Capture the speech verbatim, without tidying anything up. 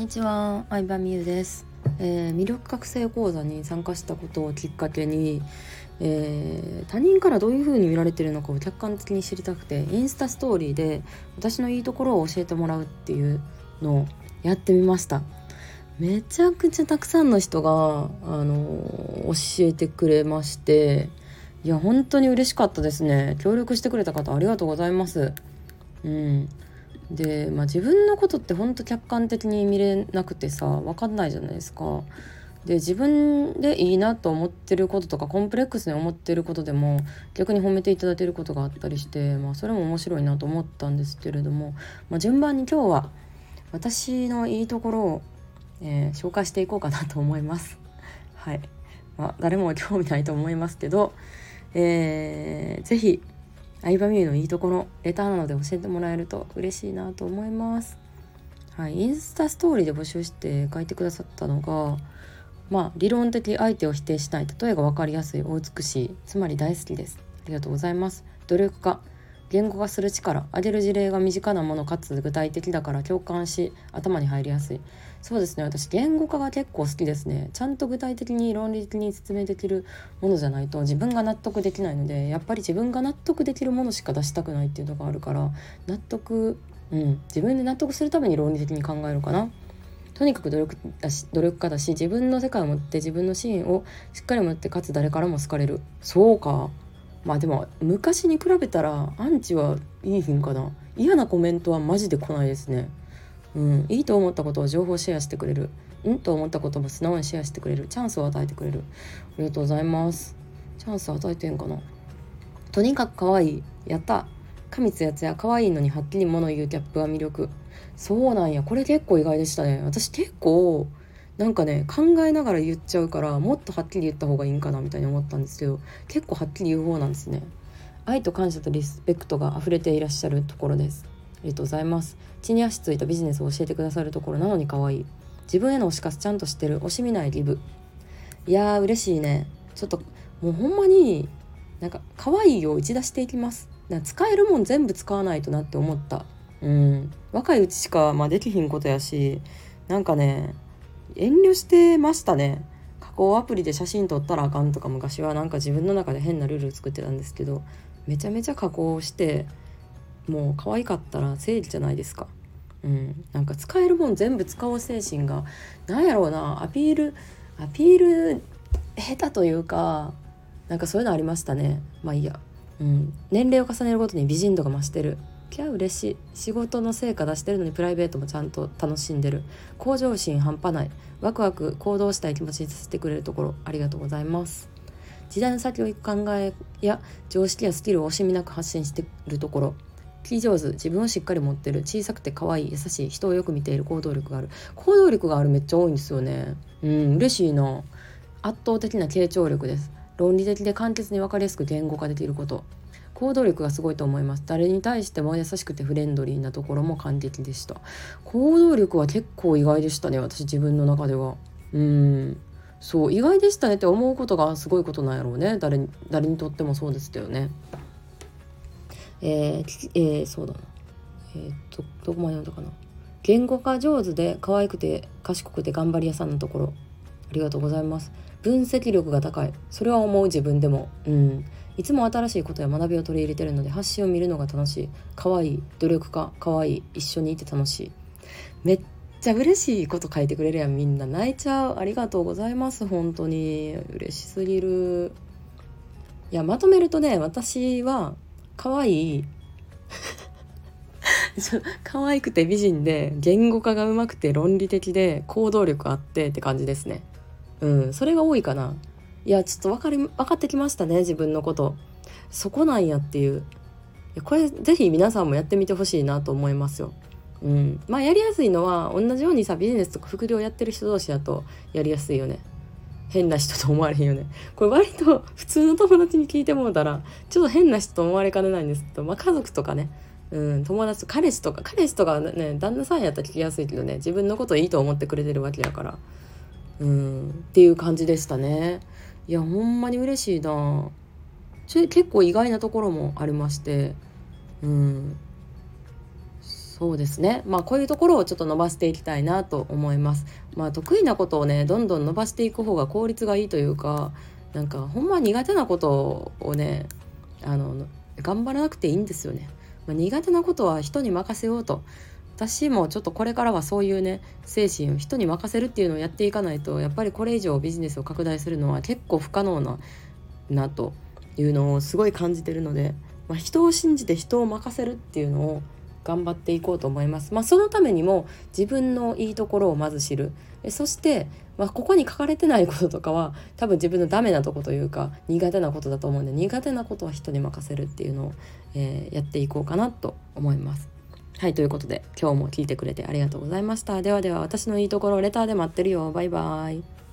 ちは、相葉美優です、えー、魅力覚醒講座に参加したことをきっかけに、えー、他人からどういう風に見られているのかを客観的に知りたくて、インスタストーリーで私のいいところを教えてもらうっていうのをやってみました。めちゃくちゃたくさんの人が、あの教えてくれまして、いや本当に嬉しかったですね。協力してくれた方ありがとうございます。うんで、まあ、自分のことって本当客観的に見れなくてさ、分かんないじゃないですか。で、自分でいいなと思ってることとかコンプレックスに思ってることでも逆に褒めていただけることがあったりして、まあ、それも面白いなと思ったんですけれども、まあ、順番に今日は私のいいところを、えー紹介していこうかなと思います。はい、まあ、誰も興味ないと思いますけど、えー、ぜひ相葉美優のいいところレターなので教えてもらえると嬉しいなと思います。はい、インスタストーリーで募集して書いてくださったのが、まあ理論的相手を否定しない、例えが分かりやすい、お美しい、つまり大好きです。ありがとうございます。努力家、言語化する力、挙げる事例が身近なものかつ具体的だから共感し頭に入りやすい。そうですね、私言語化が結構好きですね。ちゃんと具体的に論理的に説明できるものじゃないと自分が納得できないので、やっぱり自分が納得できるものしか出したくないっていうのがあるから、納得うん自分で納得するために論理的に考えるかな。とにかく努力だし努力家だし、自分の世界を持って自分のシーンをしっかり持って、かつ誰からも好かれる。そうか。まあでも昔に比べたらアンチはいいひんかな。嫌なコメントはマジで来ないですね。うん、いいと思ったことを情報シェアしてくれる。うんと思ったことも素直にシェアしてくれる。チャンスを与えてくれる。ありがとうございます。チャンス与えてんかな。とにかく可愛い。やった。神つやつや可愛いのにはっきり物言うギャップは魅力。そうなんや。これ結構意外でしたね。私結構なんかね、考えながら言っちゃうから、もっとはっきり言った方がいいんかなみたいに思ったんですけど、結構はっきり言う方なんですね。愛と感謝とリスペクトが溢れていらっしゃるところです。ありがとうございます。地に足ついたビジネスを教えてくださるところなのに可愛い。自分への推し活ちゃんとしてる。惜しみないギブ。いやー嬉しいね。ちょっともうほんまになんか可愛いを打ち出していきます。なんか使えるもん全部使わないとなって思った。うん若いうちしか、まあ、できひんことやし、なんかね遠慮してましたね。加工アプリで写真撮ったらあかんとか、昔はなんか自分の中で変なルール作ってたんですけど、めちゃめちゃ加工して、もう可愛かったら正義じゃないですか。うん、なんか使えるもん全部使おう精神が、なんやろうな、アピールアピール下手というか、なんかそういうのありましたね。まあいいや。うん、年齢を重ねるごとに美人度が増してる。キャ嬉しい。仕事の成果出してるのにプライベートもちゃんと楽しんでる。向上心半端ない。ワクワク行動したい気持ちにさせてくれるところ、ありがとうございます。時代の先を行く考えや常識やスキルを惜しみなく発信しているところ。聞き上手、自分をしっかり持ってる、小さくて可愛い、優しい、人をよく見ている、行動力がある。行動力があるめっちゃ多いんですよね。うん嬉しいな。圧倒的な傾聴力です。論理的で簡潔に分かりやすく言語化できること。行動力がすごいと思います。誰に対しても優しくてフレンドリーなところも感激でした。行動力は結構意外でしたね、私自分の中では。うーんそう意外でしたねって思うことがすごいことなんやろうね。誰に誰にとってもそうですけどね。えーえーそうだな。えー、っとどこまで読んだかな。言語化上手で可愛くて賢くて頑張り屋さんのところ、ありがとうございます。分析力が高い。それは思う、自分でも。うんいつも新しいことや学びを取り入れてるので、発信を見るのが楽しい。可愛い。努力家。可愛い。一緒にいて楽しい。めっちゃ嬉しいこと書いてくれるやん。みんな泣いちゃう。ありがとうございます。本当に嬉しすぎる。いやまとめるとね、私は可愛い可愛くて美人で、言語化が上手くて論理的で、行動力あってって感じですね。うんそれが多いかな。いやちょっと分かり分かってきましたね、自分のこと。そこなんやっていう。いやこれぜひ皆さんもやってみてほしいなと思いますよ。うんまあやりやすいのは、同じようにさビジネスとか副業やってる人同士だとやりやすいよね。変な人と思われへんよね。これ割と普通の友達に聞いてもらったらちょっと変な人と思われかねないんですけど、まあ家族とかね、うん、友達と彼氏とか彼氏とかね、旦那さんやったら聞きやすいけどね、自分のこといいと思ってくれてるわけやから、うんっていう感じでしたね。いやほんまに嬉しいな。ちょ結構意外なところもありまして、うんそうですね。まあこういうところをちょっと伸ばしていきたいなと思います。まあ得意なことをねどんどん伸ばしていく方が効率がいいというか、なんかほんま苦手なことをねあの頑張らなくていいんですよね。まあ、苦手なことは人に任せようと。私もちょっとこれからはそういうね精神を人に任せるっていうのをやっていかないと、やっぱりこれ以上ビジネスを拡大するのは結構不可能ななというのをすごい感じてるので、まあ、人を信じて人を任せるっていうのを頑張っていこうと思います。まあ、そのためにも自分のいいところをまず知る。そして、まあ、ここに書かれてないこととかは多分自分のダメなとこというか苦手なことだと思うんで、苦手なことは人に任せるっていうのを、えーやっていこうかなと思います。はい、ということで今日も聞いてくれてありがとうございました。ではでは、私のいいところレターで待ってるよ。バイバイ。